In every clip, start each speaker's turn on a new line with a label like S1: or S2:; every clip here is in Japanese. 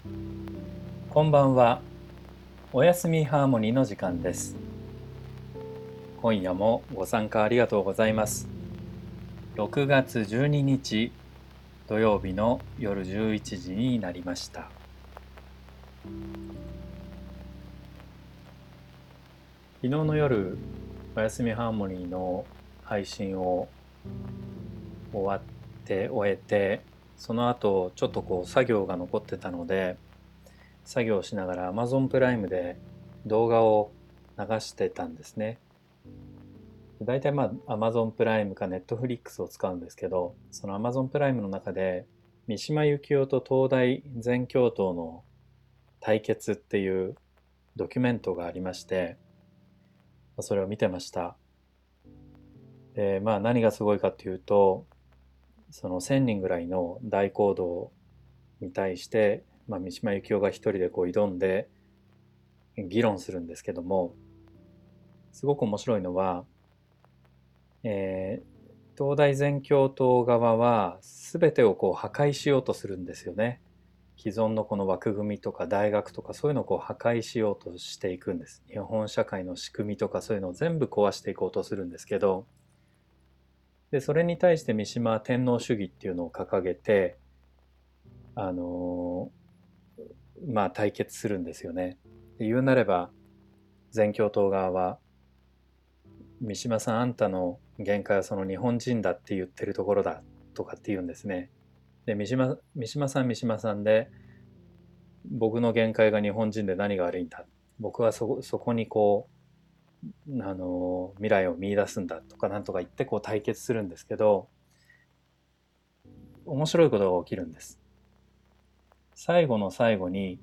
S1: こんばんは。おやすみハーモニーの時間です。今夜もご参加ありがとうございます。6月12日土曜日の夜11時になりました。昨日の夜、おやすみハーモニーの配信を終えて、その後ちょっと作業が残ってたので、作業しながら Amazon プライムで動画を流してたんですね。大体Amazon プライムか Netflix を使うんですけど、その Amazon プライムの中で三島由紀夫と東大全教頭の対決っていうドキュメントがありまして、それを見てました。で、何がすごいかっていうと、その1000人ぐらいの大講堂に対して、三島由紀夫が一人で挑んで議論するんですけども、すごく面白いのは、東大全教頭側は全てを破壊しようとするんですよね。既存のこの枠組みとか大学とかそういうのを破壊しようとしていくんです。日本社会の仕組みとかそういうのを全部壊していこうとするんですけど、でそれに対して三島は天皇主義っていうのを掲げて、あの対決するんですよね。で言うなれば全教頭側は、三島さんあんたの限界はその日本人だって言ってるところだとかって言うんですね。で三島さんで、僕の限界が日本人で何が悪いんだ、僕はそこに未来を見出すんだとかなんとか言って対決するんですけど、面白いことが起きるんです。最後の最後に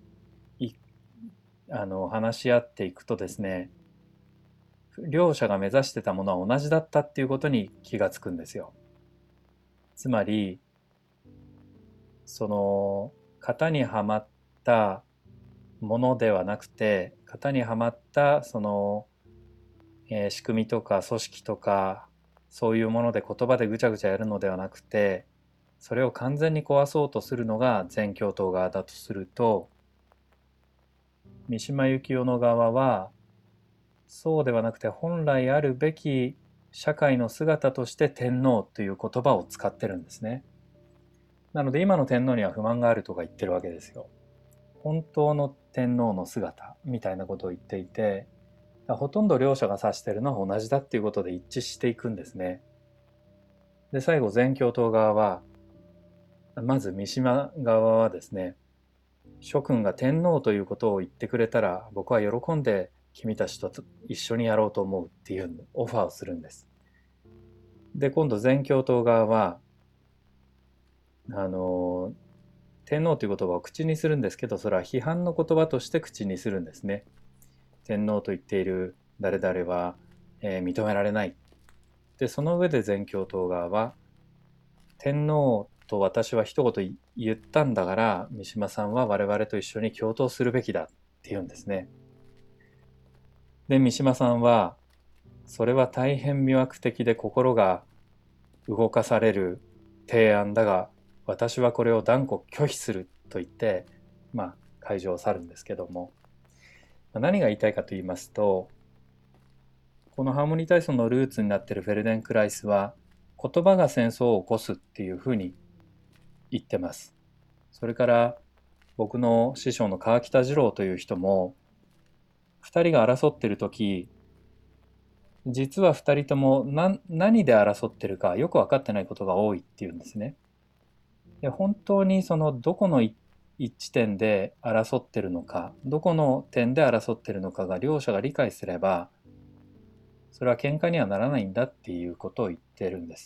S1: 話し合っていくとですね、両者が目指してたものは同じだったっていうことに気がつくんですよ。つまりその型にはまったものではなくて、型にはまった仕組みとか組織とかそういうもので言葉でぐちゃぐちゃやるのではなくて、それを完全に壊そうとするのが全教頭側だとすると、三島由紀夫の側はそうではなくて、本来あるべき社会の姿として天皇という言葉を使ってるんですね。なので今の天皇には不満があるとか言ってるわけですよ。本当の天皇の姿みたいなことを言っていて、ほとんど両者が指しているのは同じだっていうことで一致していくんですね。で最後全教頭側は、まず三島側はですね、諸君が天皇ということを言ってくれたら僕は喜んで君たちと一緒にやろうと思うっていうオファーをするんです。で今度全教頭側は、あの天皇という言葉を口にするんですけど、それは批判の言葉として口にするんですね。天皇と言っている誰々は、認められない。でその上で全教頭側は、天皇と私は一言言ったんだから三島さんは我々と一緒に共闘するべきだって言うんですね。で三島さんは、それは大変魅惑的で心が動かされる提案だが私はこれを断固拒否すると言って、会場を去るんですけども、何が言いたいかと言いますと、このハーモニー体操のルーツになっているフェルデンクライスは、言葉が戦争を起こすっていうふうに言ってます。それから僕の師匠の川北二郎という人も、2人が争っている時、実は2人とも何で争ってるかよく分かってないことが多いっていうんですね。で本当にそのどこの一地点で争ってるのか、どこの点で争ってるのかが両者が理解すれば、それは喧嘩にはならないんだっていうことを言ってるんです。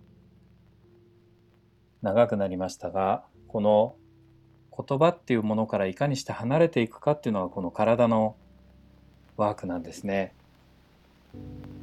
S1: 長くなりましたが、この言葉っていうものからいかにして離れていくかっていうのがこの体のワークなんですね。